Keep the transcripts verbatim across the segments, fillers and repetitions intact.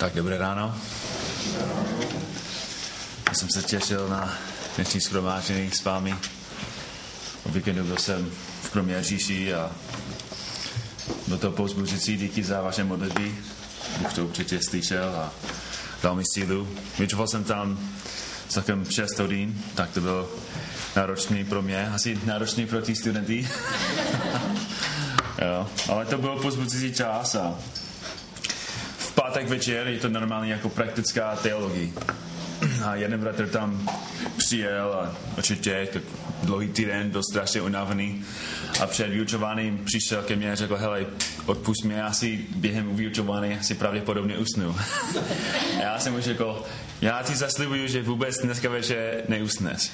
Tak dobré ráno. Já jsem se těšil na dnešní shromáždění s vámi. O víkendu byl jsem v Kroměříži a byl to povzbuzující, díky za vaše modlitby. Bůh to určitě slyšel a dal mi sílu. Vyčoval jsem tam celkem šest hodin, tak to bylo náročný pro mě, asi náročný pro ty studenty. Jo, ale to byl povzbuzující čas a v pátek večer je to normálně jako praktická teologie. A jeden bratr tam přijel a určitě dlouhý týden byl strašně unavený a před vyučováním přišel ke mně a řekl, hele, odpust mě, asi během vyučování asi pravděpodobně usnu. A já jsem mu řekl, já ti zaslibuju, že vůbec dneska večer neusneš.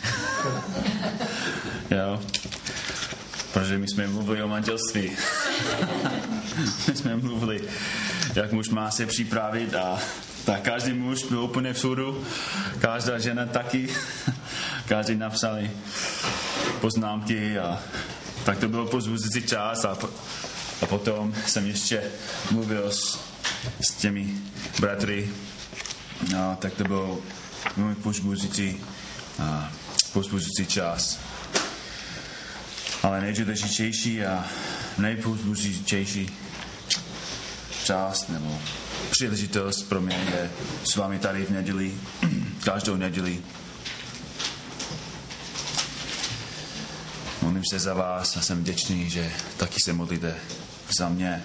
Jo. Protože my jsme mluvili o manželství. My jsme mluvili, jak muž má se připravit a tak každý muž byl úplně v soudu, každá žena taky, každý napsali poznámky a tak to bylo povzbuzující čas a, a potom jsem ještě mluvil s, s těmi bratry, a tak to bylo můj povzbuzující, a, povzbuzující čas. Ale nejdůležitější a nejpovzbuzujítější část nebo příležitost pro mě je s vámi tady v neděli, každou neděli. Modlím se za vás a jsem vděčný, že taky se modlíte za mě.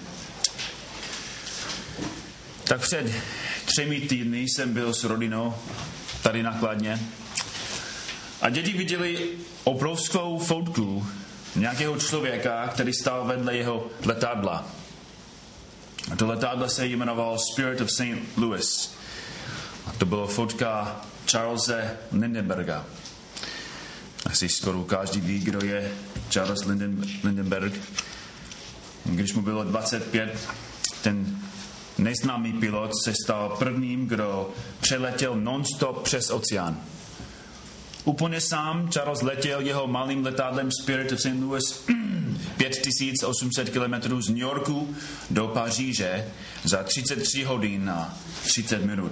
Tak před třemi týdny jsem byl s rodinou tady na Kladně a děti viděli obrovskou fotku nějakého člověka, který stál vedle jeho letadla. A to letadlo se jmenovalo Spirit of Saint Louis. A to byla fotka Charlesa Lindbergha. Asi skoro každý ví, kdo je Charles Linden, Lindbergh. Když mu bylo dvacet pět, ten neznámý pilot se stal prvním, kdo přeletěl non-stop přes oceán. Úplně sám Charles letěl jeho malým letadlem Spirit of Saint Louis pět tisíc osm set kilometrů z New Yorku do Paříže za třicet tři hodin a třicet minut.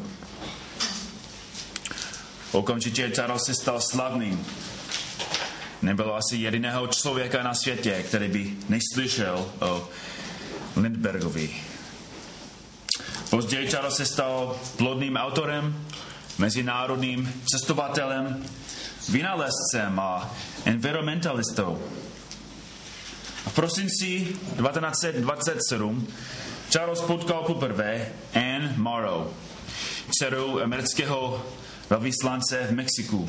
Okamžitě Charles se stal slavným. Nebylo asi jediného člověka na světě, který by neslyšel o Lindberghovi. Později Charles se stal plodným autorem, mezinárodním cestovatelem, vynálezcem a environmentalistou. A v prosinci devatenáct set dvacet sedm Charles potkal poprvé Anne Morrow, dceru amerického velvyslance v Mexiku.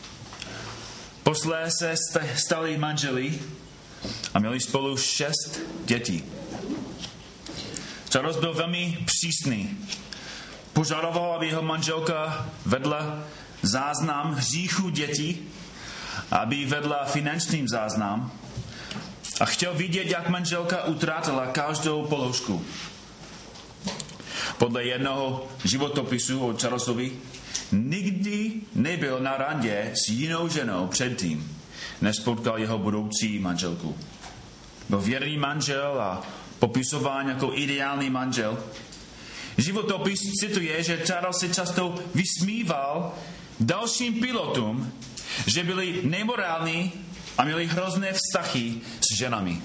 Poslé se stali manželi a měli spolu šest dětí. Charles byl velmi přísný. Požadoval, aby jeho manželka vedla záznam hříchu dětí, aby vedla finanční záznam a chtěl vidět, jak manželka utratila každou položku. Podle jednoho životopisu o Charlesovi nikdy nebyl na randě s jinou ženou předtím, než potkal jeho budoucí manželku. Byl věrný manžel a popisován jako ideální manžel. Životopis cituje, že Charles se často vysmíval dalším pilotům, že byli nemorální a měli hrozné vztahy s ženami.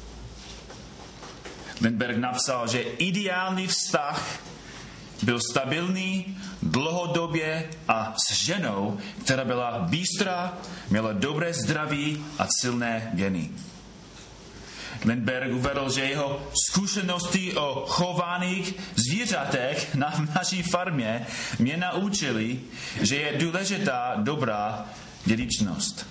Lindbergh napsal, že ideální vztah byl stabilní dlouhodobě a s ženou, která byla bystrá, měla dobré zdraví a silné geny. Lindbergh uvedl, že jeho zkušenosti o chovaných zvířatech na naší farmě mě naučili, že je důležitá dobrá dědičnost.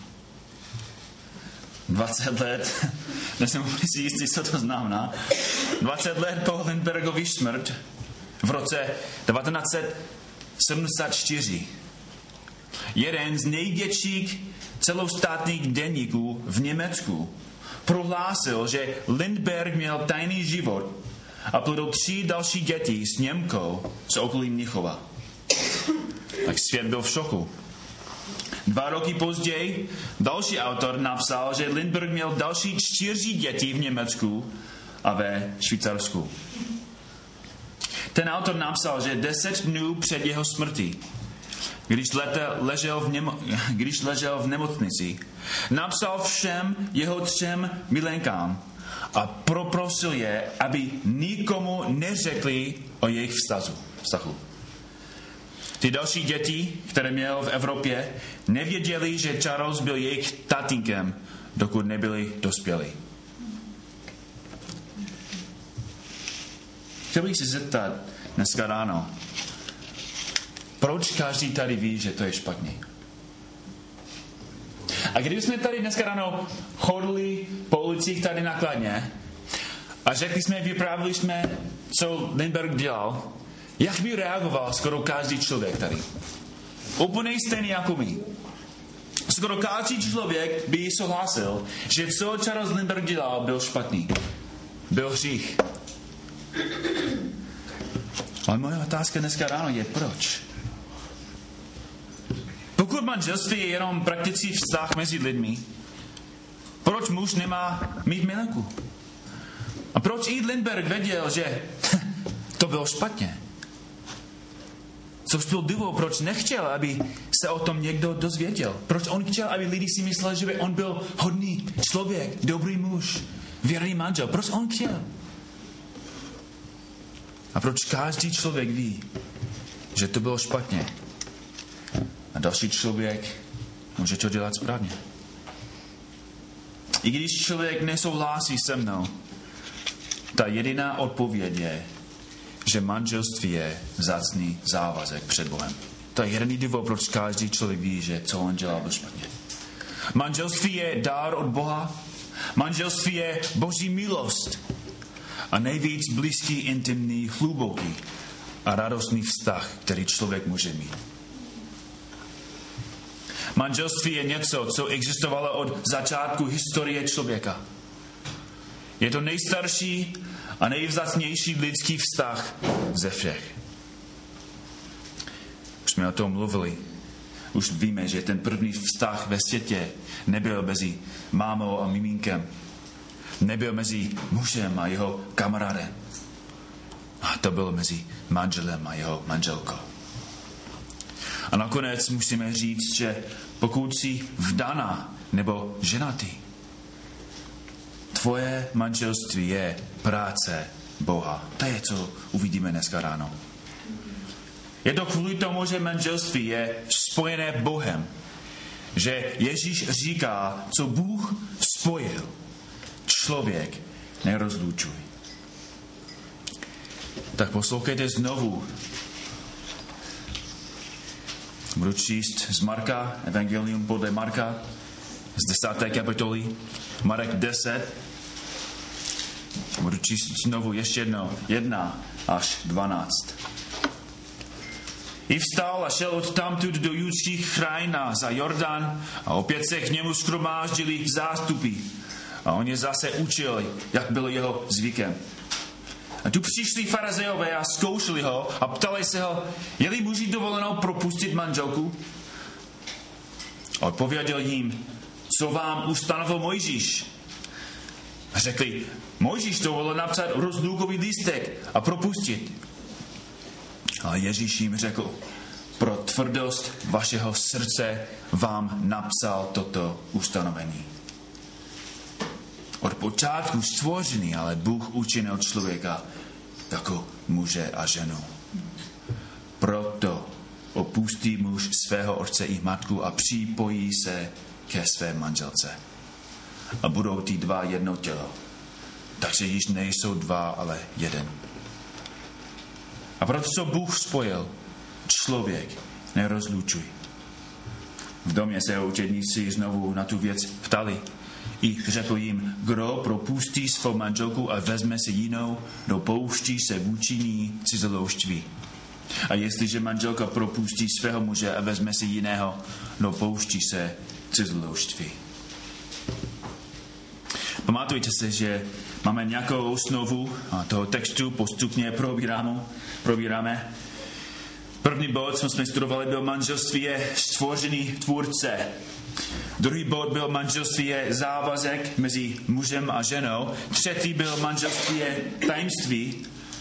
dvacet let, nejsem si jistý, co to znamená, dvacet let po Lindberghovi smrt v roce devatenáct set sedmdesát čtyři. Jeden z největších celostátních deníků v Německu prohlásil, že Lindbergh měl tajný život a plodil tři další děti s Němkou z okolí Mnichova. Tak svět byl v šoku. Dva roky později další autor napsal, že Lindbergh měl další čtyři děti v Německu a ve Švýcarsku. Ten autor napsal, že deset dnů před jeho smrtí, když, lete, ležel v nemo, když ležel v nemocnici, napsal všem jeho třem milenkám a poprosil je, aby nikomu neřekli o jejich vztahu. Ty další děti, které měl v Evropě, nevěděli, že Charles byl jejich tatínkem, dokud nebyli dospělí. Chtěl bych se zeptat dneska ráno, proč každý tady ví, že to je špatně? A kdybychom tady dneska ráno chodili po ulicích tady na Kladně a řekli jsme, vyprávili jsme, co Lindbergh dělal, jak by reagoval skoro každý člověk tady? Úplně stejný jako my. Skoro každý člověk by souhlasil, že co Charles Lindbergh dělal, byl špatný. Byl hřích. Ale moje otázka dneska ráno je, proč? Pokud manželství je jenom praktický vztah mezi lidmi, proč muž nemá mít milenku? A proč i Lindbergh věděl, že to bylo špatně? Což byl důvod, proč nechtěl, aby se o tom někdo dozvěděl. Proč on chtěl, aby lidi si mysleli, že by on byl hodný člověk, dobrý muž, věrný manžel. Proč on chtěl? A proč každý člověk ví, že to bylo špatně? A další člověk může to dělat správně. I když člověk nesouhlasí se mnou, ta jediná odpověď je, že manželství je vzácný závazek před Bohem. To je jediný důvod, proč každý člověk ví, že co on dělal bylo špatně. Manželství je dár od Boha. Manželství je Boží milost. A nejvíc blízký, intimní, hluboký a radostný vztah, který člověk může mít. Manželství je něco, co existovalo od začátku historie člověka. Je to nejstarší a nejvzácnější lidský vztah ze všech. Už jsme o tom mluvili. Už víme, že ten první vztah ve světě nebyl mezi mámou a miminkem. Nebyl mezi mužem a jeho kamarádem. A to bylo mezi manželem a jeho manželkou. A nakonec musíme říct, že pokud jsi vdaná nebo ženatý, tvoje manželství je práce Boha. To je, co uvidíme dneska ráno. Je to kvůli tomu, že manželství je spojené Bohem. Že Ježíš říká, co Bůh spojil, člověk nerozlučuj. Tak poslouchejte znovu. Budu číst z Marka, Evangelium podle Marka, z desáté kapitoly, Marek deset. Budu číst znovu ještě jednou, jedna až dvanáct. I vstal a šel odtamtud do judských krajin za Jordán a opět se k němu shromáždili zástupy. A on je zase učil, jak bylo jeho zvykem. A tu přišli farizejové a zkoušeli ho a ptali se ho, je-li muži dovoleno propustit manželku? A odpověděl jim, co vám ustanovil Mojžíš? A řekli, Mojžíš dovolil napsat rozlukový lístek a propustit. A Ježíš jim řekl, pro tvrdost vašeho srdce vám napsal toto ustanovení. Od počátku stvořený, ale Bůh učinil člověka jako muže a ženu. Proto opustí muž svého otce i matku a připojí se ke své manželce. A budou ty dva jedno tělo. Takže již nejsou dva, ale jeden. A proto, co Bůh spojil, člověk nerozlučuj. V domě se učedníci znovu na tu věc ptali. I řekl jim, kdo propustí svou manželku a vezme si jinou, dopouští se vůči ní cizoloužství. A jestliže manželka propustí svého muže a vezme si jiného, dopouští se cizoloužství. Pamatujte se, že máme nějakou osnovu a toho textu postupně probíráme. probíráme. První bod, co jsme studovali, byl manželství je stvořený tvůrce. Druhý bod byl manželství je závazek mezi mužem a ženou. Třetí byl manželství je tajemství.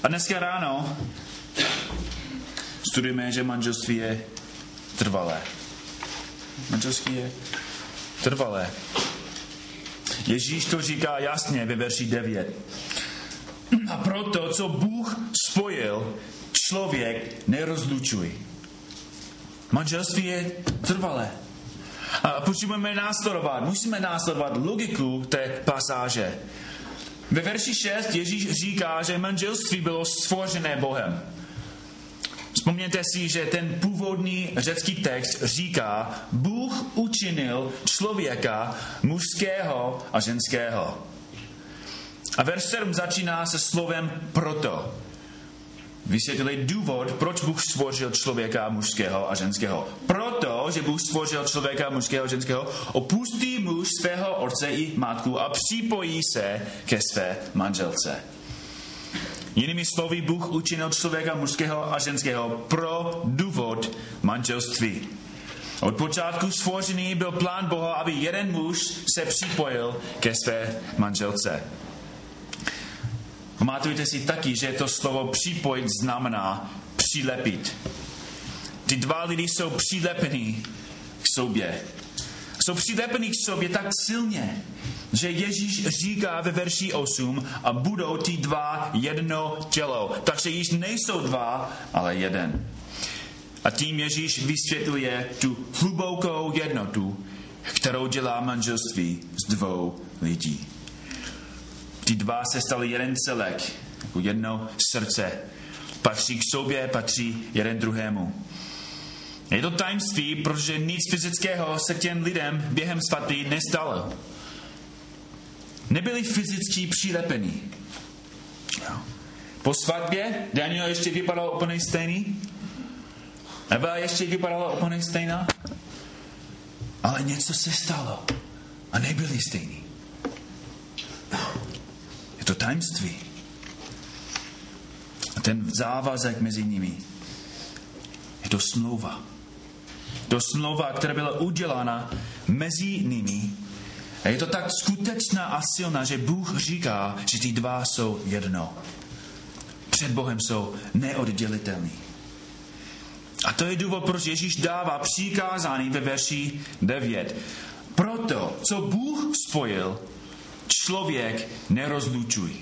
A dneska ráno studujeme, že manželství je trvalé. Manželství je trvalé. Ježíš to říká jasně ve verši devět. A proto, co Bůh spojil, člověk nerozlučuj. Manželství je trvalé. A potřebujeme následovat, musíme následovat logiku té pasáže. Ve verši šest Ježíš říká, že manželství bylo stvořené Bohem. Vzpomněte si, že ten původní řecký text říká, Bůh učinil člověka mužského a ženského. A verš sedm začíná se slovem proto. Vysvětlili důvod, proč Bůh stvořil člověka mužského a ženského. Proto, že Bůh stvořil člověka mužského a ženského, opustí muž svého otce i matku a připojí se ke své manželce. Jinými slovy, Bůh učinil člověka mužského a ženského pro důvod manželství. Od počátku stvoření byl plán Boha, aby jeden muž se připojil ke své manželce. Pamatujte si taky, že to slovo připojit znamená přilepit. Ty dva lidi jsou přilepení k sobě. Jsou přilepení k sobě tak silně, že Ježíš říká ve verši osm a budou ty dva jedno tělo. Takže již nejsou dva, ale jeden. A tím Ježíš vysvětluje tu hlubokou jednotu, kterou dělá manželství z dvou lidí. Ty dva se stali jeden celek, jako jedno srdce. Patří k sobě, patří jeden druhému. Je to tajemství, protože nic fyzického se těm lidem během svatby nestalo. Nebyli fyzicky přilepení. Po svatbě Daniel ještě vypadal úplně stejný. Eva ještě vypadala úplně stejná. Ale něco se stalo a nebyli stejní. Je to tajemství. A ten závazek mezi nimi je to smlouva. To smlouva, která byla udělána mezi nimi. A je to tak skutečná a silná, že Bůh říká, že ty dva jsou jedno. Před Bohem jsou neoddělitelní. A to je důvod, proč Ježíš dává přikázání ve verši devět. Proto, co Bůh spojil, člověk nerozlučuj.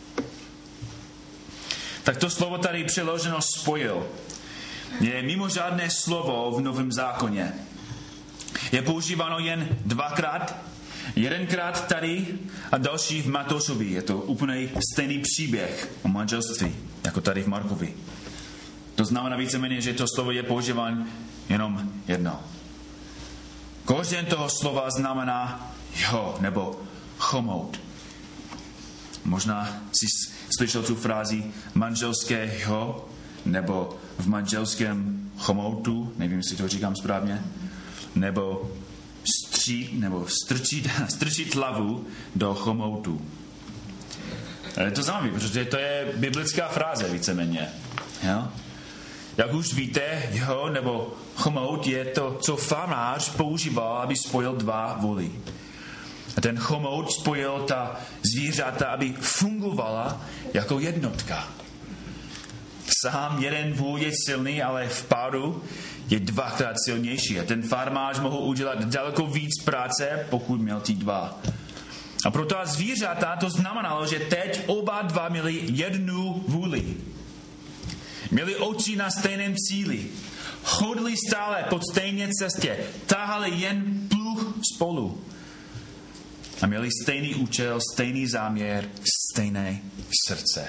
Tak to slovo tady přeloženo spojil je mimořádné slovo v Novém zákoně. Je používáno jen dvakrát, jedenkrát tady a další v Matoušovi. Je to úplně stejný příběh o manželství, jako tady v Markovi. To znamená víceméně, že to slovo je používáno jenom jedno. Kořen toho slova znamená jo, nebo chomout. Možná si slyšel tu frázi manželského, nebo v manželském chomoutu, nevím, jestli to říkám správně, nebo stří, nebo strčit, strčit hlavu do chomoutu. Je to zajímavé, protože to je biblická fráze víceméně. Jo? Jak už víte, jo, nebo chomout je to, co farář používal, aby spojil dva voly. A ten chomout spojil ta zvířata, aby fungovala jako jednotka. Sám jeden vůl je silný, ale v páru je dvakrát silnější. A ten farmář mohl udělat daleko víc práce, pokud měl ty dva. A pro ta zvířata to znamenalo, že teď oba dva měli jednu vůli. Měli oči na stejném cíli. Chodili stále po stejné cestě. Tahali jen pluh spolu. A měli stejný účel, stejný záměr, stejné srdce.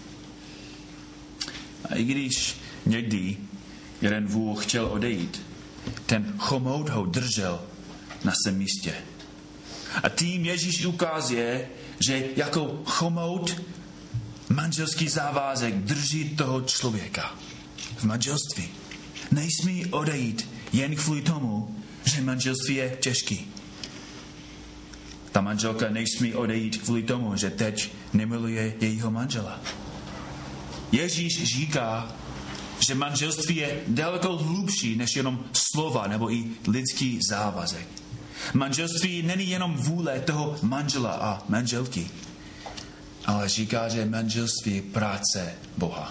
A i když někdy jeden vůl chtěl odejít, ten chomout ho držel na svém místě. A tím Ježíš ukazuje, že jako chomout manželský závazek drží toho člověka v manželství. Nesmí odejít jen kvůli tomu, že manželství je těžký. Ta manželka nesmí odejít kvůli tomu, že teď nemiluje jejího manžela. Ježíš říká, že manželství je daleko hlubší než jenom slova nebo i lidský závazek. Manželství není jenom vůle toho manžela a manželky, ale říká, že manželství je práce Boha.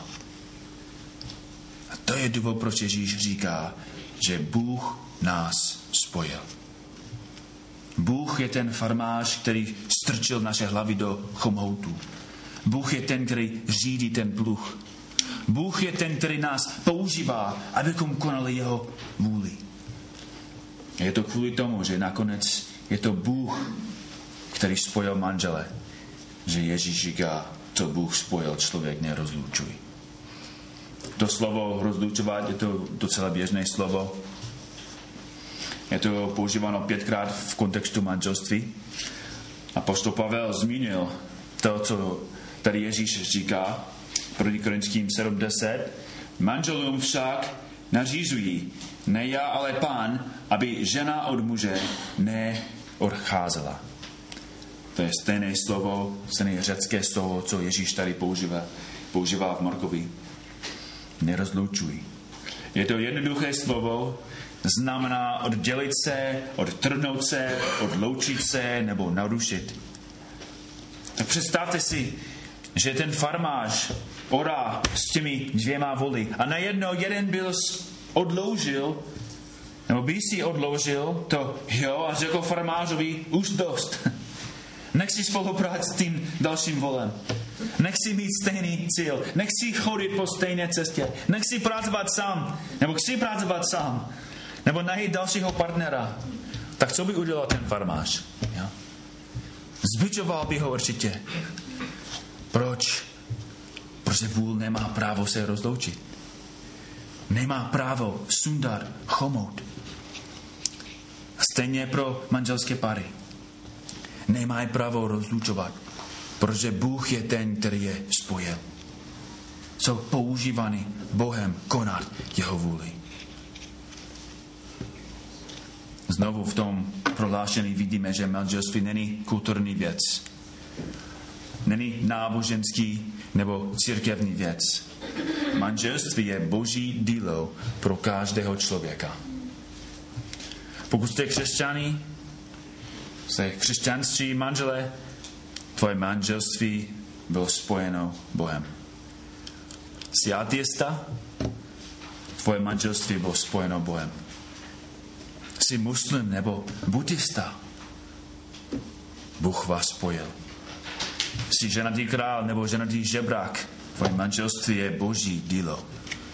A to je důvod, proč Ježíš říká, že Bůh nás spojil. Bůh je ten farmář, který strčil naše hlavy do chomoutu. Bůh je ten, který řídí ten pluh. Bůh je ten, který nás používá, abychom konali jeho vůli. Je to kvůli tomu, že nakonec je to Bůh, který spojil manžele. Že Ježíš říká, co Bůh spojil, člověk nerozlučuj. To slovo rozlučovat je to docela běžné slovo. Je to používáno pětkrát v kontextu manželství. A apoštol Pavel zmínil to, co tady Ježíš říká, první Korinským sedm deset. Manželům však nařízují, ne já, ale Pán, aby žena od muže neodcházela. To je stejné slovo, stejné řecké slovo, co Ježíš tady používá, používá v Markovi. Nerozlučuj. Je to jednoduché slovo, znamená oddělit se, odtrhnout se, odloučit se nebo narušit. Tak představte si, že ten farmář orá s těmi dvěma voly a najednou jeden byl odloužil, nebo by si odložil to, jo, a řekl farmářovi, už dost. Nechci spolupracovat s tím dalším volem. Nechci mít stejný cíl. Nechci chodit po stejné cestě. Nechci pracovat sám. Nebo chci pracovat sám. Nebo najít dalšího partnera. Tak co by udělal ten farmář? Ja? Zbičoval by ho určitě. Proč? Protože vůl nemá právo se rozloučit. Nemá právo sundat chomout. Stejně pro manželské páry. Nemají právo rozlučovat, protože Bůh je ten, který je spojil. Jsou používány Bohem konat jeho vůli. Znovu v tom prohlášení vidíme, že manželství není kulturní věc. Není náboženský nebo církevní věc. Manželství je boží dílo pro každého člověka. Pokud jste křesťaní, jste křesťanství manželé, tvoje manželství bylo spojeno Bohem. Jsi ateista, tvoje manželství bylo spojeno Bohem. Jsi muslim nebo buddhista, Bůh vás spojil. Jsi ženatý král nebo ženatý žebrák, tvoje manželství je boží dílo.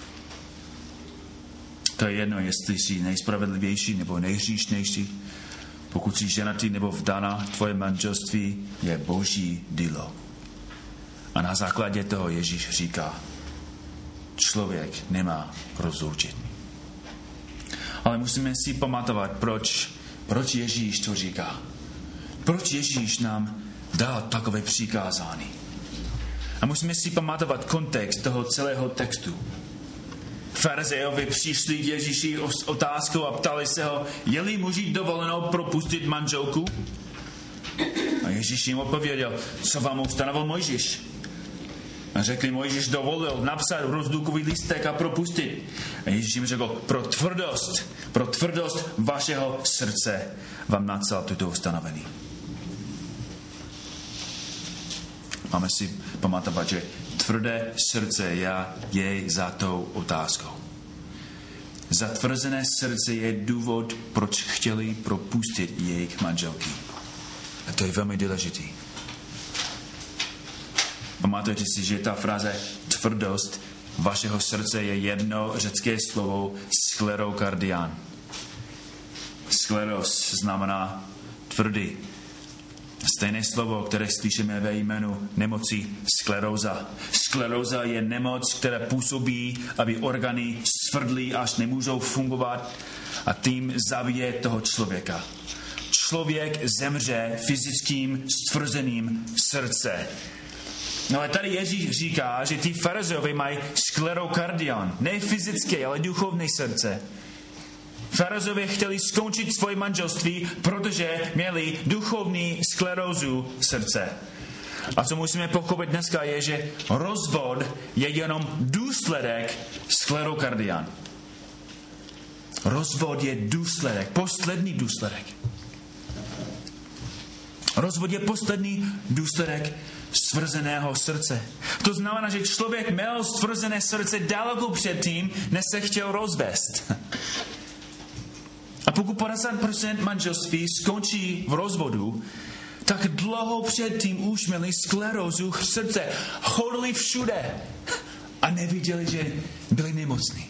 To je jedno, jestli jsi nejspravedlivější nebo nejhříšnější. Pokud jsi ženatý nebo vdaná, tvoje manželství je boží dílo. A na základě toho Ježíš říká, člověk nemá rozloučit. Ale musíme si pamatovat, proč, proč Ježíš to říká. Proč Ježíš nám dal takové přikázání. A musíme si pamatovat kontext toho celého textu. Farizejovi přišli k Ježíši s otázkou a ptali se ho, je-li muži dovoleno propustit manželku? A Ježíš jim odpověděl, co vám ustanovil Mojžíš? A řekli, Mojžíš dovolil napsat rozlukový lístek a propustit. A Ježíš jim řekl, pro tvrdost, pro tvrdost vašeho srdce vám napsal toto ustanovení. Máme si pamatovat, že tvrdé srdce je za tou otázkou. Zatvrzené srdce je důvod, proč chtěli propustit jejich manželky. A to je velmi důležitý. Pamatujte si, že ta fráze tvrdost vašeho srdce je jedno řecké slovo sklerokardián. Skleros znamená tvrdý. Stejné slovo, které slyšíme ve jménu nemoci skleróza. Skleróza je nemoc, která působí, aby orgány stvrdly, až nemůžou fungovat a tím zabije toho člověka. Člověk zemře fyzickým stvrzeným srdce. No a tady Ježíš říká, že ty farizeové mají sklerokardián. Ne fyzické, ale duchovné srdce. Farizeové chtěli skončit svoje manželství, protože měli duchovní sklerózu srdce. A co musíme pochopit dneska je, že rozvod je jenom důsledek sklerokardián. Rozvod je důsledek, poslední důsledek. Rozvod je poslední důsledek stvrzeného srdce. To znamená, že člověk měl stvrzené srdce daleko předtím, než se chtěl rozvést. A pokud padesát procent manželství skončí v rozvodu, tak dlouho předtím už měli sklerózu srdce. Chodili všude a neviděli, že byli nemocní.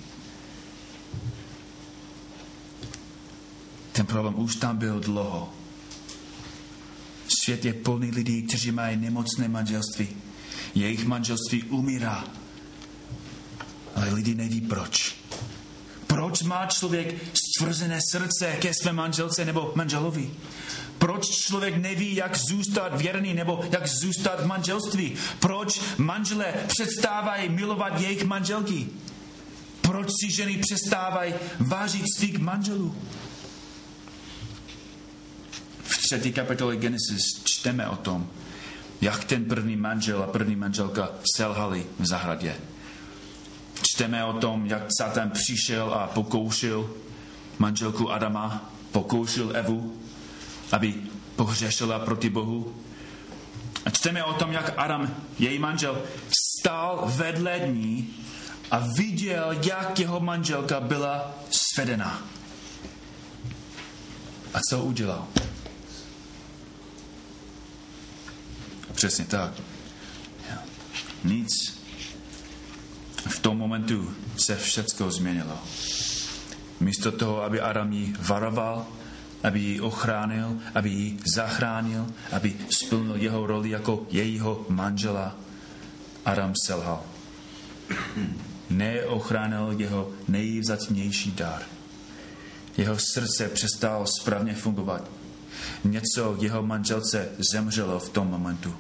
Ten problém už tam byl dlouho. Svět je plný lidí, kteří mají nemocné manželství. Jejich manželství umírá. Ale lidi neví proč. Proč má člověk stvrzené srdce ke své manželce nebo manželovi? Proč člověk neví, jak zůstat věrný nebo jak zůstat v manželství? Proč manželé přestávají milovat jejich manželky? Proč si ženy přestávají vážit svých manželů? V třetí kapitole Genesis čteme o tom, jak ten první manžel a první manželka selhali v zahradě. Čteme o tom, jak Satan přišel a pokoušel manželku Adama, pokoušel Evu, aby pohřešila proti Bohu. A čteme o tom, jak Adam, její manžel, stál vedle ní a viděl, jak jeho manželka byla svedena. A co udělal? Přesně tak. Nic. V tom momentu se všecko změnilo. Místo toho, aby Adam ji varoval, aby ji ochránil, aby ji zachránil, aby splnil jeho roli jako jejího manžela, Adam selhal. Neochránil jeho nejvzácnější dar. Jeho srdce přestalo správně fungovat. Něco jeho manželce zemřelo v tom momentu.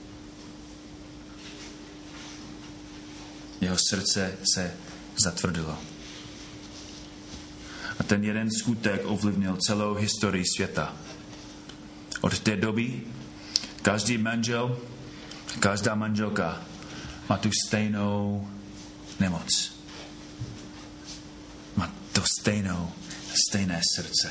Jeho srdce se zatvrdilo. A ten jeden skutek ovlivnil celou historii světa. Od té doby každý manžel, každá manželka má tu stejnou nemoc. Má to stejnou, stejné srdce.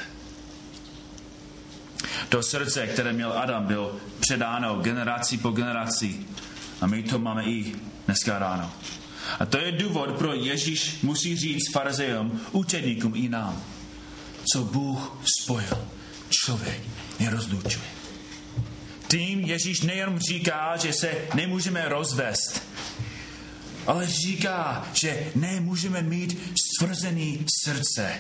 To srdce, které měl Adam, bylo předáno generací po generaci. A my to máme i dneska ráno. A to je důvod, pro Ježíš musí říct farizejům, učedníkům i nám. Co Bůh spojil, člověk nerozlučuje. Tím Ježíš nejen říká, že se nemůžeme rozvést, ale říká, že nemůžeme mít stvrzený srdce.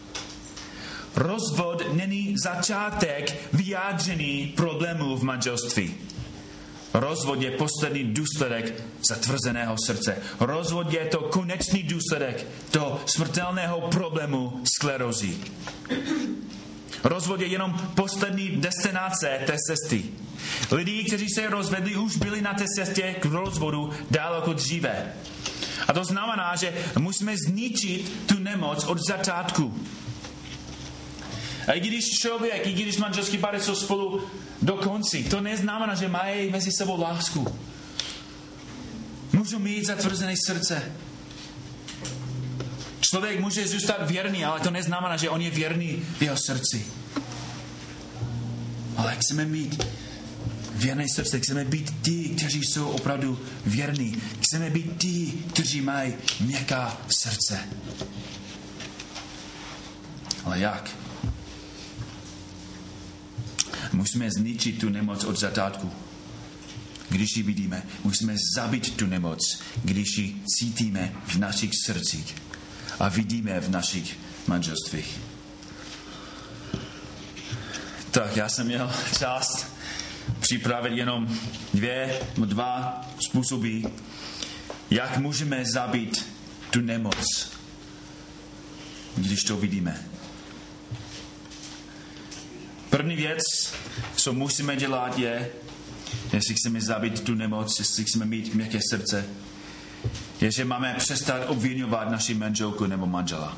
Rozvod není začátek vyjádření problémů v manželství. Rozvod je poslední důsledek zatvrzeného srdce. Rozvod je to konečný důsledek toho smrtelného problému sklerózy. Rozvod je jenom poslední destinace té cesty. Lidi, kteří se rozvedli, už byli na té cestě k rozvodu daleko dříve. A to znamená, že musíme zničit tu nemoc od začátku. A i když člověk, i když manželský páry jsou spolu do konci, to neznamená, že mají mezi sebou lásku. Můžou mít zatvrzené srdce. Člověk může zůstat věrný, ale to neznamená, že on je věrný v jeho srdci. Ale chceme mít věrné srdce, chceme být ti, kteří jsou opravdu věrní. Chceme být ti, kteří mají měkká srdce. Ale jak? Musíme zničit tu nemoc od začátku. Když ji vidíme, musíme zabít tu nemoc, když ji cítíme v našich srdcích a vidíme v našich manželstvích. Tak, já jsem měl čas připravit jenom dvě, dva způsoby, jak můžeme zabít tu nemoc, když to vidíme. První věc, co musíme dělat, je, jestli chceme zabít tu nemoc, jestli chceme mít měkké srdce, je, že máme přestat obviňovat naši manželku nebo manžela.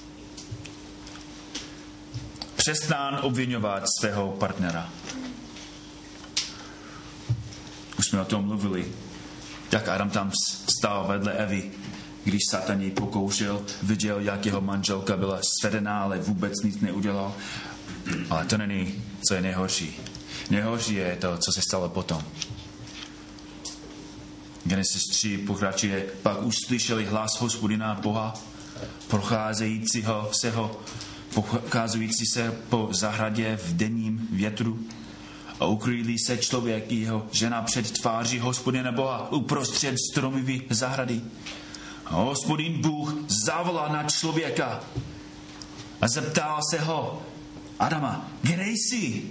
Přestaň obviňovat svého partnera. Už jsme o tom mluvili, jak Adam tam stál vedle Evy, když Satan jej pokoušel, viděl, jak jeho manželka byla svedená, ale vůbec nic neudělal. Ale to není, co je nejhorší. Nejhorší je to, co se stalo potom. Genesis tři pokračuje, pak uslyšeli hlas Hospodina Boha, procházejícího seho, pocházující se po zahradě v denním větru. A ukryli se člověk i jeho žena před tváří Hospodina Boha uprostřed stromový zahrady. A Hospodin Bůh zavolal na člověka a zeptal se ho, Adama, kde jsi?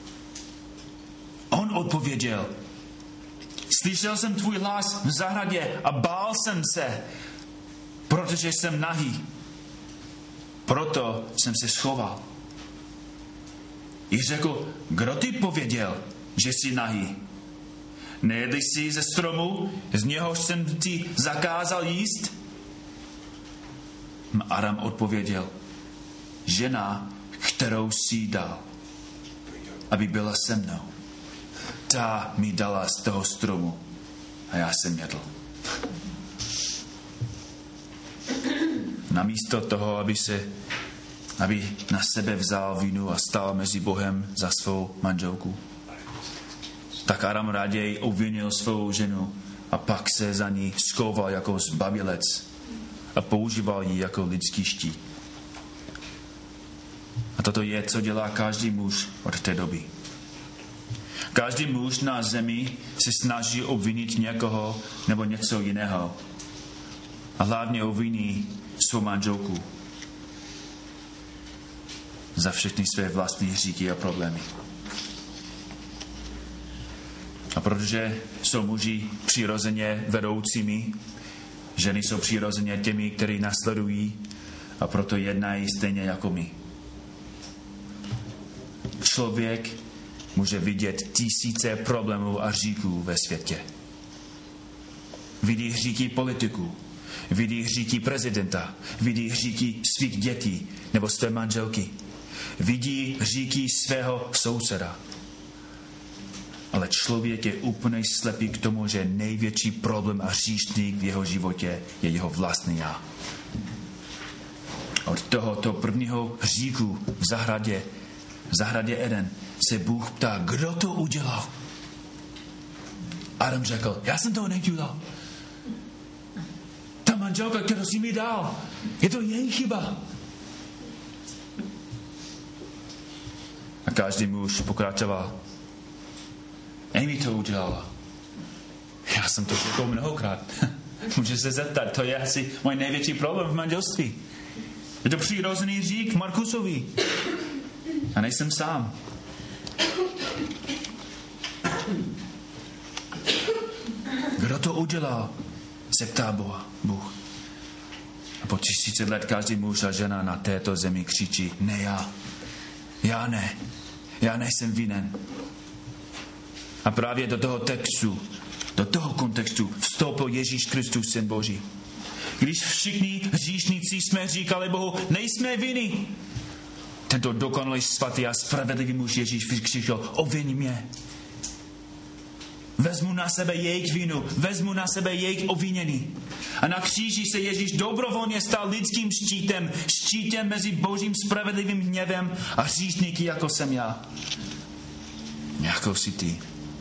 On odpověděl, slyšel jsem tvůj hlas v zahradě a bál jsem se, protože jsem nahý. Proto jsem se schoval. I řekl, kdo ti pověděl, že jsi nahý? Nejedli jsi ze stromu, z něhož jsem ti zakázal jíst? Adam odpověděl, žena, kterou jsi dal, aby byla se mnou, ta mi dala z toho stromu a já jsem jedl. Namísto toho, aby se aby na sebe vzal vinu a stál mezi Bohem za svou manželku, tak Adam raději obvinil svou ženu a pak se za ní schoval jako zbabělec a používal ji jako lidský štít. A toto je, co dělá každý muž od té doby. Každý muž na zemi se snaží obvinit někoho nebo něco jiného. A hlavně obviní svou manželku za všechny své vlastní hříchy a problémy. A protože jsou muži přirozeně vedoucími, ženy jsou přirozeně těmi, kteří nasledují a proto jednají stejně jako my. Člověk může vidět tisíce problémů a hříchů ve světě. Vidí hříchy politiků, vidí hříchy prezidenta, vidí hříchy svých dětí nebo své manželky, vidí hříchy svého souseda. Ale člověk je úplně slepý k tomu, že největší problém a hříšník v jeho životě je jeho vlastní já. Od tohoto prvního hříchu v zahradě, v zahradě Eden se Bůh ptá, kdo to udělal? Adam řekl, já jsem toho neudělal. Ta manželka, kterou jsi mi dal, je to její chyba. A každý muž pokračoval. Amy to udělala. Já jsem to řekl mnohokrát. Může se zeptat, to je asi můj největší problém v manželství. Je to přirozený hřích Markusovi. A nejsem sám. Kdo to udělal? Se ptá Boha, Bůh. A po tisíce let každý muž a žena na této zemi křičí, ne já. Já ne. Já nejsem vinen. A právě do toho textu, do toho kontextu vstoupil Ježíš Kristus, Syn Boží. Když všichni hříšníci jsme říkali Bohu, nejsme vinni. Tento dokonalý, svatý a spravedlivý muž Ježíš vykřikl, obviň mě. Vezmu na sebe jejich vinu, vezmu na sebe jejich obvinění. A na kříži se Ježíš dobrovolně stal lidským štítem, štítem mezi Božím spravedlivým hněvem a hříšníky, jako jsem já. Jako jsi ty.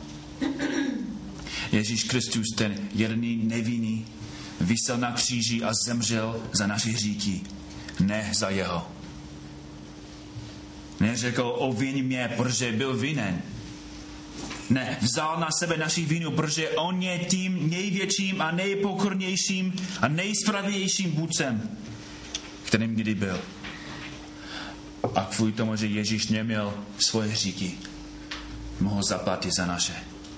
Ježíš Kristus, ten jediný nevinný, visel na kříži a zemřel za naše hříchy, ne za jeho. Neřekl, obviň mě, protože byl vinen. Ne, vzal na sebe naši vinu, protože on je tím největším a nejpokornějším a nejspravedlivějším vůdcem, kterým kdy byl. A kvůli tomu, že Ježíš neměl svoje hříchy, mohl zaplatit za naše.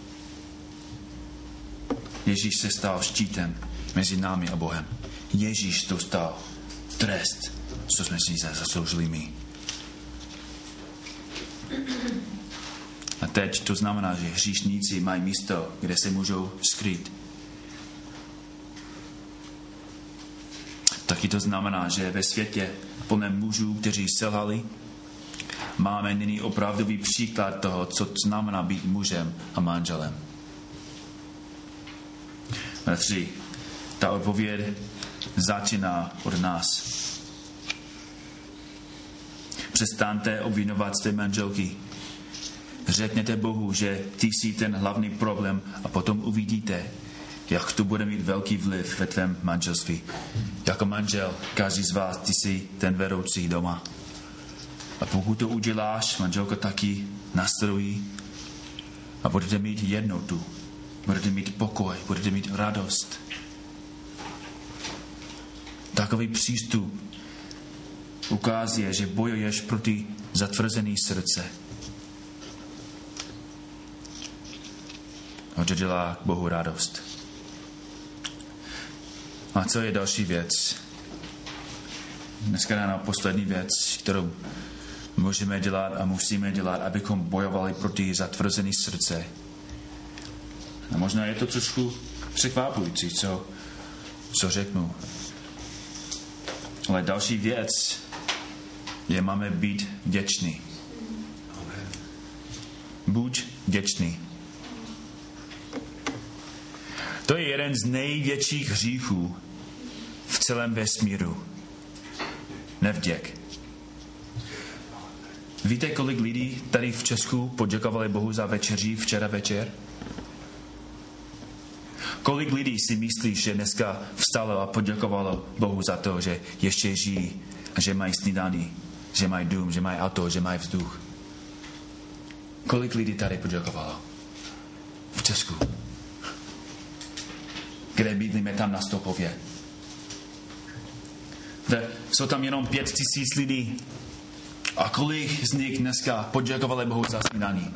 Ježíš se stal štítem mezi námi a Bohem. Ježíš dostal trest, co jsme si zasloužili my. A teď to znamená, že hříšníci mají místo, kde se můžou skrýt. Taky to znamená, že ve světě plném mužů, kteří selhali, máme nyní opravdový příklad toho, co znamená být mužem a manželem. Bratři, ta odpověď začíná od nás. Přestaňte obvinovat své manželky. Řekněte Bohu, že ty jsi ten hlavní problém a potom uvidíte, jak to bude mít velký vliv ve tvém manželství. Jako manžel, každý z vás, ty jsi ten vedoucí doma. A pokud to uděláš, manželka taky následují a budete mít jednotu, budete mít pokoj, budete mít radost. Takový přístup ukazuje, že bojuješ proti zatvrzený srdce. A že dělá Bohu radost. A co je další věc? Dneska ráno poslední věc, kterou můžeme dělat a musíme dělat, abychom bojovali proti zatvrzený srdce. A možná je to trošku překvapující, co, co řeknu. Ale další věc je, máme být vděční. Buď vděčný. To je jeden z největších hříchů v celém vesmíru. Nevděk. Víte, kolik lidí tady v Česku poděkovali Bohu za večeří včera večer? Kolik lidí si myslíš, že dneska vstalo a poděkovalo Bohu za to, že ještě žijí a že mají snídaní, že mají dům, že mají auto, že mají vzduch? Kolik lidí tady poděkovalo? V Česku. Kde bydlíme, tam na Stopově. Jsou tam jenom pět tisíc lidí. A kolik z nich dneska poděkovali Bohu za snídaní?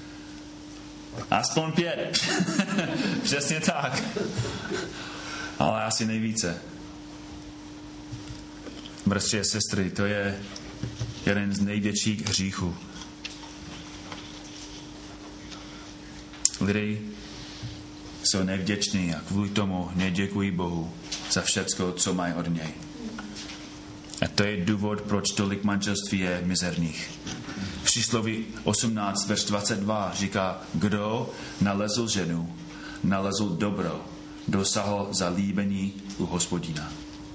Aspoň pět. Přesně tak. Ale asi nejvíce. Bratři a sestry, to je jeden z největších hříchů. Lidé jsou nevděční a kvůli tomu neděkují Bohu za všecko, co mají od něj. A to je důvod, proč tolik manželství je mizerných. V Přísloví osmnáct, verš dvacet dva říká, kdo nalezl ženu, nalezl dobro, dosáhl zalíbení u Hospodina.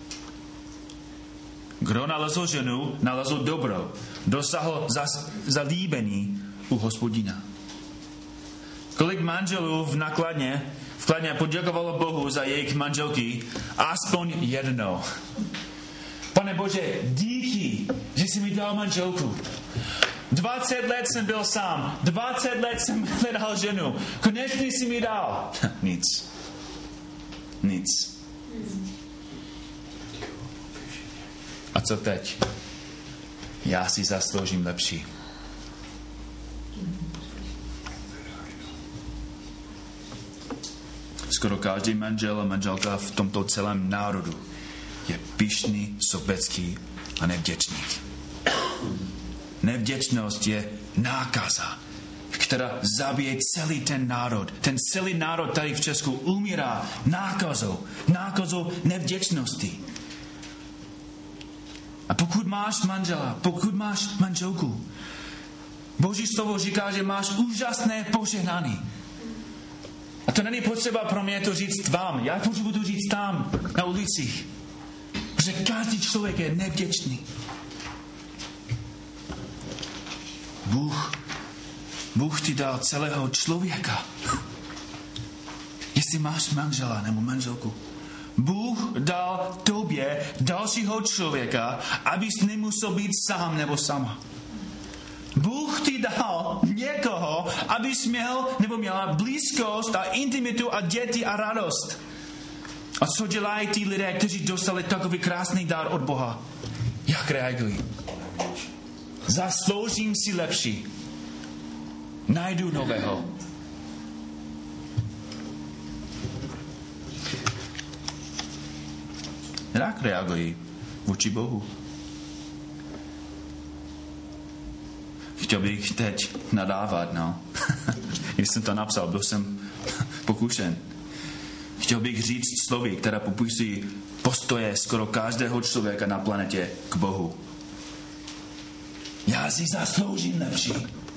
Kdo nalezl ženu, nalezl dobro, dosáhl zalíbení u Hospodina. Kolik manželů v nakladně, v Kladně poděkovalo Bohu za jejich manželky, aspoň jedno. Pane Bože, díky, že jsi mi dal manželku. dvacet let jsem byl sám, dvacet let jsem hledal ženu. Konečně jsi mi dal. Nic. Nic. A co teď? Já si zasloužím lepší. Skoro každý manžel a manželka v tomto celém národu je pyšný, sobecký a nevděčný. Nevděčnost je nákaza, která zabije celý ten národ. Ten celý národ tady v Česku umírá nákazou, nákazou nevděčnosti. A pokud máš manžela, pokud máš manželku, Boží slovo říká, že máš úžasné požehnání. A to není potřeba pro mě to říct vám. Já potřebuji to říct tam, na ulicích. Protože každý člověk je nevděčný. Bůh, Bůh ti dal celého člověka. Jestli máš manžela nebo manželku, Bůh dal tobě dalšího člověka, abys nemusel být sám nebo sama. Bůh ti dal někoho, abys měl nebo měla blízkost a intimitu a děti a radost. A co dělají ti lidé, kteří dostali takový krásný dar od Boha? Jak reagují? Zasloužím si lepší. Najdu nového. Jak reagují vůči Bohu? Chtěl bych teď nadávat, no. Když jsem to napsal, byl jsem pokušen. Chtěl bych říct slovy, která popisují postoje skoro každého člověka na planetě k Bohu. Já si zasloužím lepší.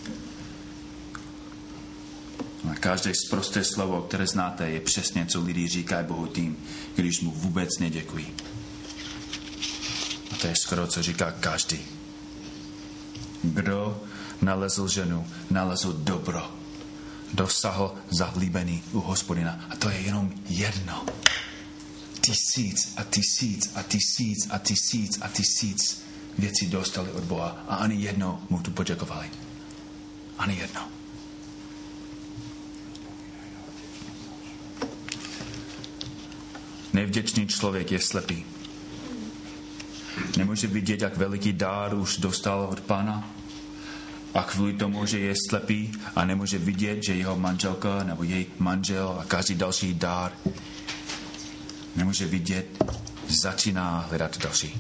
A každé prosté slovo, které znáte, je přesně, co lidi říkají Bohu tím, když mu vůbec neděkují. A to je skoro, co říká každý. Kdo nalezl ženu, nalezl dobro. dosáhl zahlíbený u Hospodina. A to je jenom jedno. Tisíc a tisíc a tisíc a tisíc a tisíc věcí dostali od Boha a ani jednou mu tu poděkovali. Ani jednou. Nevděčný člověk je slepý. Nemůže vidět, jak veliký dár už dostal od Pána. A kvůli tomu, že je slepý a nemůže vidět, že jeho manželka nebo její manžel a každý další dár nemůže vidět, začíná hledat další.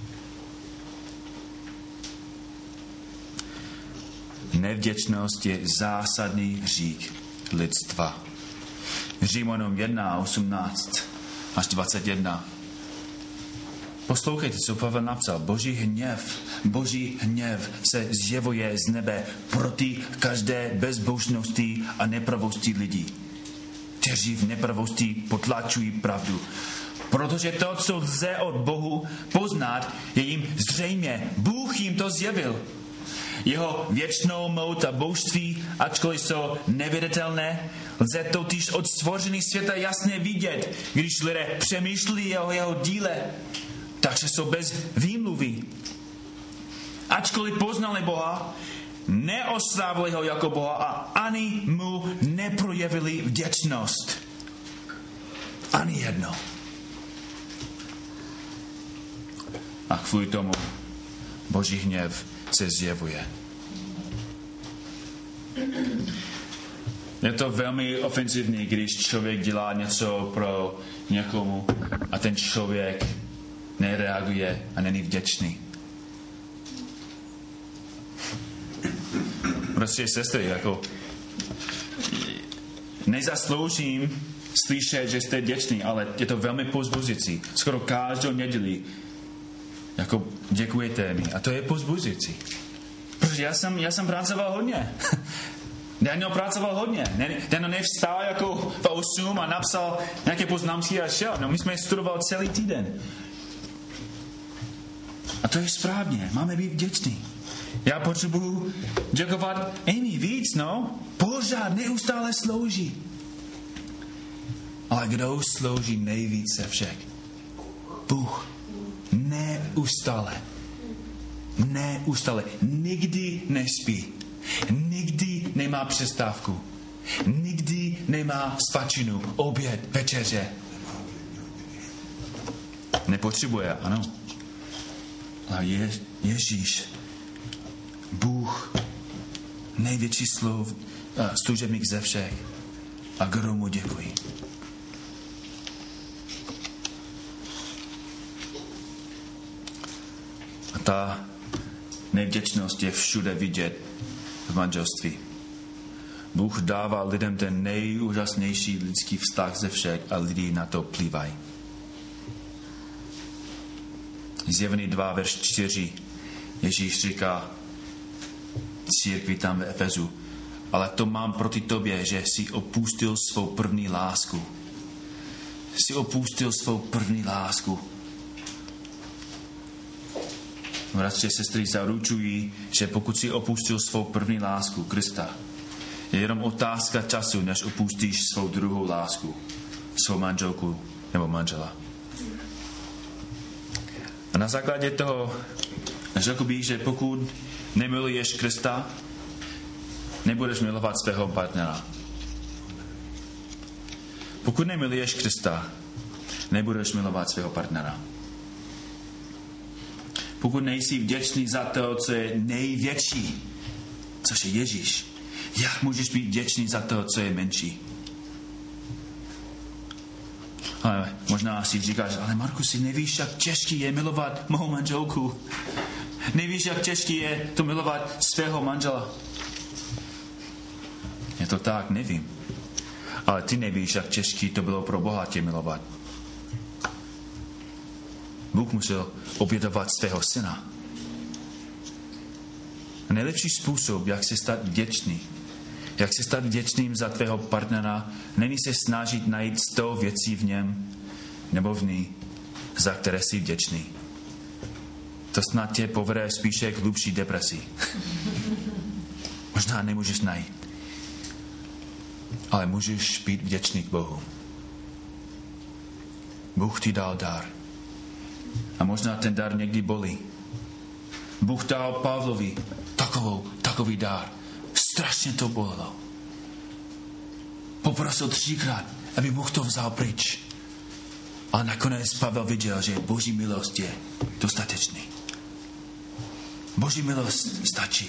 Nevděčnost je zásadní hřích lidstva. Římanům jedna, osmnáct až dvacet jedna. Poslouchejte, co Pavel napsal. Boží hněv, boží hněv se zjevuje z nebe proti každé bezbožnosti a nepravosti lidí, kteří v nepravosti potlačují pravdu. Protože to, co lze od Bohu poznat, je jim zřejmě. Bůh jim to zjevil. Jeho věčnou moc a božství, ačkoliv jsou neviditelné, lze totiž od stvoření světa jasně vidět, když lidé přemýšlí o jeho díle, takže jsou bez výmluvy. Ačkoliv poznali Boha, neoslávili ho jako Boha a ani mu neprojevili vděčnost. Ani jedno. A kvůli tomu Boží hněv se zjevuje. Je to velmi ofenzivní, když člověk dělá něco pro někomu a ten člověk nereaguje a není vděčný. Prostě sestry, jako nezasloužím slyšet, že jste vděční, ale je to velmi povzbuzující. Skoro každou neděli jako děkujete mi. A to je povzbuzující. Protože já jsem, já jsem pracoval hodně. Daniel pracoval hodně. Daniel nevstal jako v osm a napsal nějaké poznámky a šel. No, my jsme studovali celý týden. A to je správně. Máme být vděční. Já potřebuji děkovat Amy víc, no. Pořád, neustále slouží. Ale kdo slouží nejvíce všech? Bůh. Neustále. Neustále. Nikdy nespí. Nikdy nemá přestávku. Nikdy nemá svačinu, oběd, večeře. Nepotřebuje, ano. Ale je, Ježíš, Bůh, největší slov, služebník ze všech. A kdo mu děkuji. A ta nevděčnost je všude vidět v manželství. Bůh dává lidem ten nejúžasnější lidský vztah ze všech a lidi na to plývají. Zjevení dva, verš čtyři. Ježíš říká církvi tam v Efezu: ale to mám proti tobě, že jsi opustil svou první lásku. Jsi opustil svou první lásku. Bratři a sestry, zaručují, že pokud si opustil svou první lásku, Krista, je jenom otázka času, než opustíš svou druhou lásku, svou manželku nebo manžela. A na základě toho řekl bych, že pokud nemiluješ Krista, nebudeš milovat svého partnera. Pokud nemiluješ Krista, nebudeš milovat svého partnera. Pokud nejsi vděčný za to, co je největší, což je Ježíš, jak můžeš být vděčný za to, co je menší? Ale možná si říkáš, ale Markusi, nevíš, jak těžký je milovat mou manželku. Nevíš, jak těžký je to milovat svého manžela. Je to tak, nevím. Ale ty nevíš, jak těžký to bylo pro Boha tě milovat. Bůh musel obětovat svého syna. A nejlepší způsob, jak se stát vděčný, jak se stát vděčným za tvého partnera, není se snažit najít sto věcí v něm nebo v ní, za které jsi vděčný. To snad tě povede spíše k hlubší depresi. Možná nemůžeš najít. Ale můžeš být vděčný k Bohu. Bůh ti dal dar. A možná ten dar někdy bolí. Bůh dal Pavlovi takovou, takový dar. Strašně to bolelo. Poprosil třikrát, aby Bůh to vzal pryč. A nakonec Pavel viděl, že Boží milost je dostatečný. Boží milost stačí.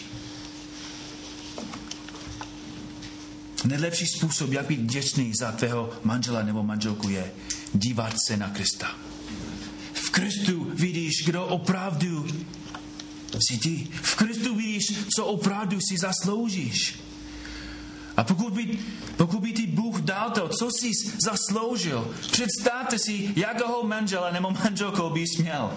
Nejlepší způsob, jak být vděčný za tvého manžela nebo manželku, je dívat se na Krista. V Kristu vidíš, kdo opravdu jsi ty. V Kristu vidíš, co opravdu si zasloužíš. A pokud by, pokud by ti Bůh dal to, co jsi zasloužil, představte si, jakého manžela nebo manželku bys měl.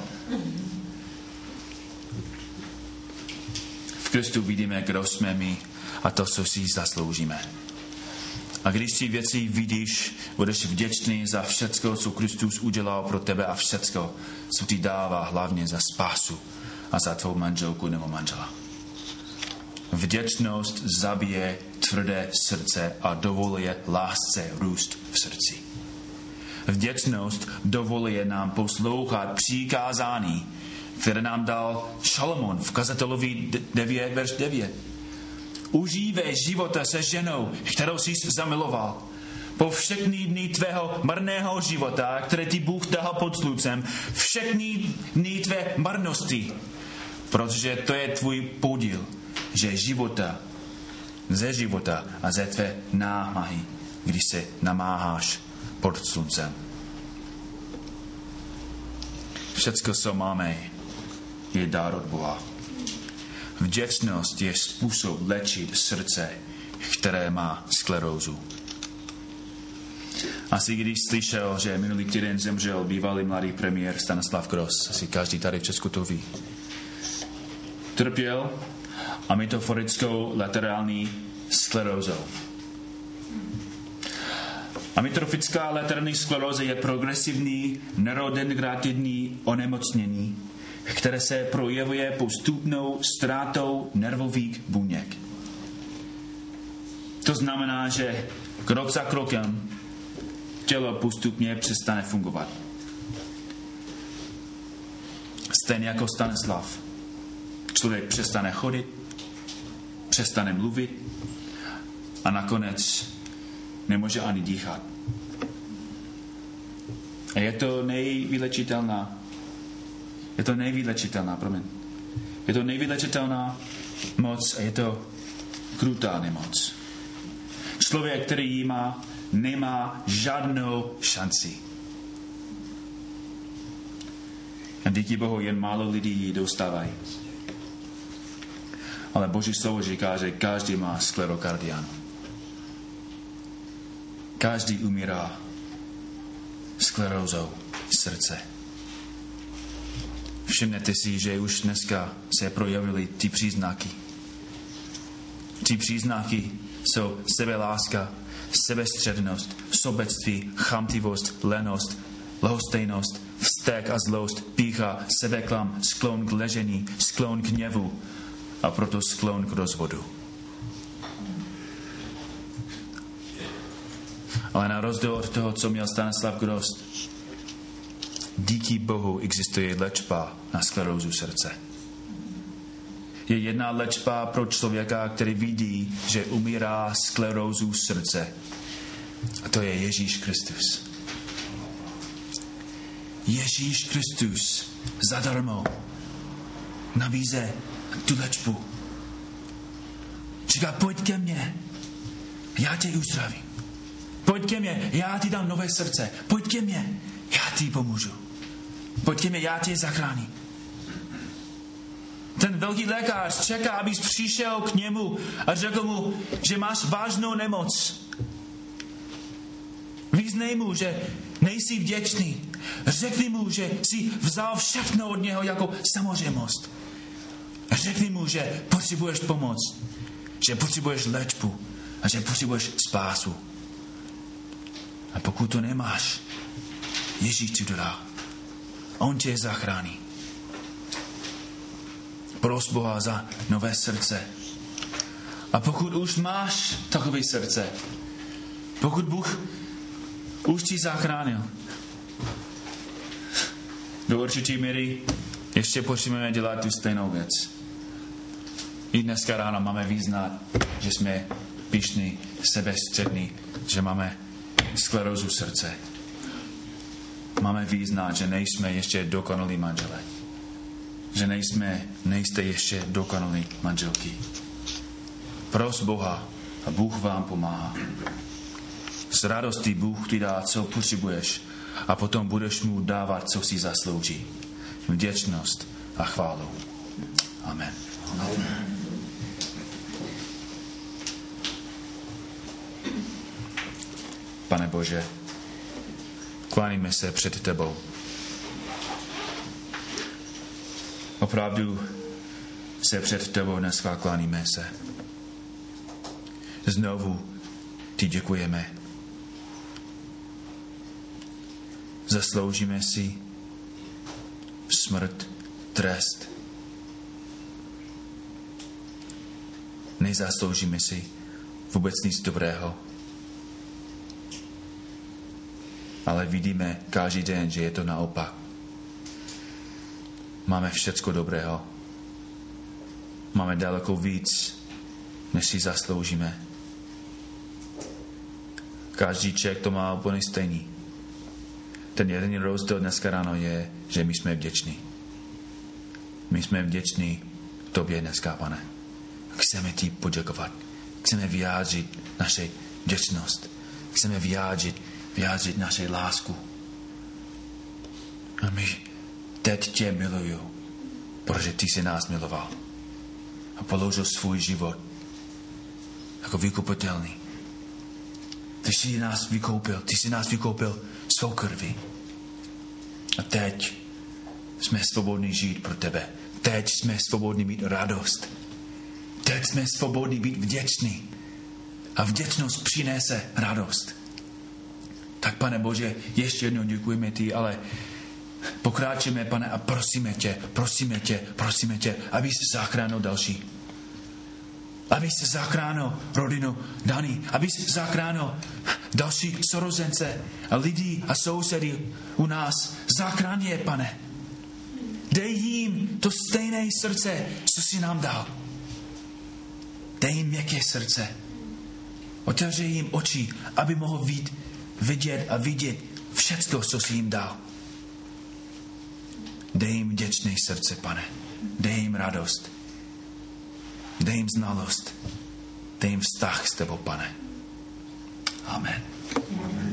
V Kristu vidíme, kdo jsme my a to, co si zasloužíme. A když ty věci vidíš, budeš vděčný za všecko, co Kristus udělal pro tebe a všecko, co ti dává hlavně za spásu a za tvou manželku nebo manžela. Vděčnost zabije tvrdé srdce a dovoluje lásce růst v srdci. Vděčnost dovoluje nám poslouchat přikázání, které nám dal Šalomon v Kazatelovi devět, verš devět. Užívej života se ženou, kterou jsi zamiloval. Po všechny dny tvého marného života, které ti Bůh dal pod sluncem, všechny dny tvé marnosti, protože to je tvůj podíl, že života, ze života a ze tvé námahy, když se namáháš pod sluncem. Všecko, co máme, je dar od Boha. Vděčnost je způsob léčit srdce, které má sklerózu. Asi když slyšel, že minulý týden zemřel bývalý mladý premiér Stanislav Gross, asi každý tady v Česku to ví. Trpěl amyotrofickou laterální sklerózou. Amyotrofická laterální skleróza je progresivní neurodegenerativní onemocnění, které se projevuje postupnou ztrátou nervových buněk. To znamená, že krok za krokem tělo postupně přestane fungovat. Stejně jako Stanislav. Člověk přestane chodit, přestane mluvit a nakonec nemůže ani dýchat. A je to nejvylečitelná Je to nejvylečitelná, promiň. Je to nejvylečitelná moc a je to krutá nemoc. Člověk, který ji má, nemá žádnou šanci. A díky Bohu jen málo lidí ji dostávají. Ale Boží slovo říká, že každý má sklerokardián. Každý umírá sklerózou srdce. Všimnete si, že už dneska se projevily ty příznaky. Ty příznaky jsou sebeláska, sebestřednost, sobectví, chamtivost, lenost, lhostejnost, vztek a zlost, pýcha, sebeklam, sklon k ležení, sklon k hněvu a proto sklon k rozvodu. Ale na rozdíl od toho, co měl Stanislav Gross, díky Bohu existuje léčba na sklerózu srdce. Je jedna léčba pro člověka, který vidí, že umírá sklerózu srdce. A to je Ježíš Kristus. Ježíš Kristus zadarmo nabíze tu léčbu. Říká, pojď ke mně, já tě uzdravím. Pojď ke mně, já ti dám nové srdce. Pojď ke mně, já ti pomůžu. Pojď ke mně, já tě zachráním. Ten velký lékař čeká, abys přišel k němu a řekl mu, že máš vážnou nemoc. Vyznej mu, že nejsi vděčný. Řekni mu, že jsi vzal všechno od něho jako samozřejmost. Řekni mu, že potřebuješ pomoc, že potřebuješ léčbu a že potřebuješ spásu. A pokud to nemáš, Ježíš ti dodá. On tě zachrání. Pros Boha za nové srdce. A pokud už máš takové srdce, Pokud Bůh už ti zachránil, do určitý míry ještě potřebujeme dělat tu stejnou věc. I dneska ráno máme vyznat, že jsme pyšní, sebestřední, že máme sklerózu srdce. Máme vyznat, že nejsme ještě dokonalí manželé. Že nejsme, nejste ještě dokonalí manželky. Pros Boha a Bůh vám pomáhá. S radostí Bůh ti dá, co potřebuješ, a potom budeš mu dávat, co si zaslouží. Vděčnost a chválu. Amen. Amen. Pane Bože, kláníme se před tebou. Opravdu se před tebou dneska kláníme se. Znovu ti děkujeme. Zasloužíme si smrt, trest. Nezasloužíme si vůbec nic dobrého. Ale vidíme každý den, že je to naopak. Máme všecko dobrého. Máme daleko víc, než si zasloužíme. Každý člověk to má úplně stejný. Ten jeden rozdíl dneska ráno je, že my jsme vděční. My jsme vděční tobě dneska, Pane. Chceme ti poděkovat. Chceme vyjádřit naši vděčnost. Chceme vyjádřit, vyjádřit naši lásku. A my teď tě miluju, protože ty jsi nás miloval. A položil svůj život jako vykupitelný. Ty jsi nás vykoupil, ty jsi nás vykoupil svou krví. A teď jsme svobodní žít pro tebe. Teď jsme svobodní mít radost. Teď jsme svobodní být vděční. A vděčnost přinese radost. Tak, Pane Bože, ještě jednou děkujeme ti, ale pokráčíme, Pane, a prosíme tě, prosíme tě, prosíme tě, aby jsi zachránil další. Aby jsi zachránil rodinu Dany, aby jsi zachránil další sorozence a lidi a sousedy u nás. Zachrán je, Pane. Dej jim to stejné srdce, co jsi nám dal. Dej jim měkké srdce. Otevři jim oči, aby mohl vidět, vidět a vidět všecko, co jsi jim dal. Dej jim vděčné srdce, Pane. Dej jim radost. Dej jim znalost. Dej jim vztah s tebou, Pane. Amen. Amen.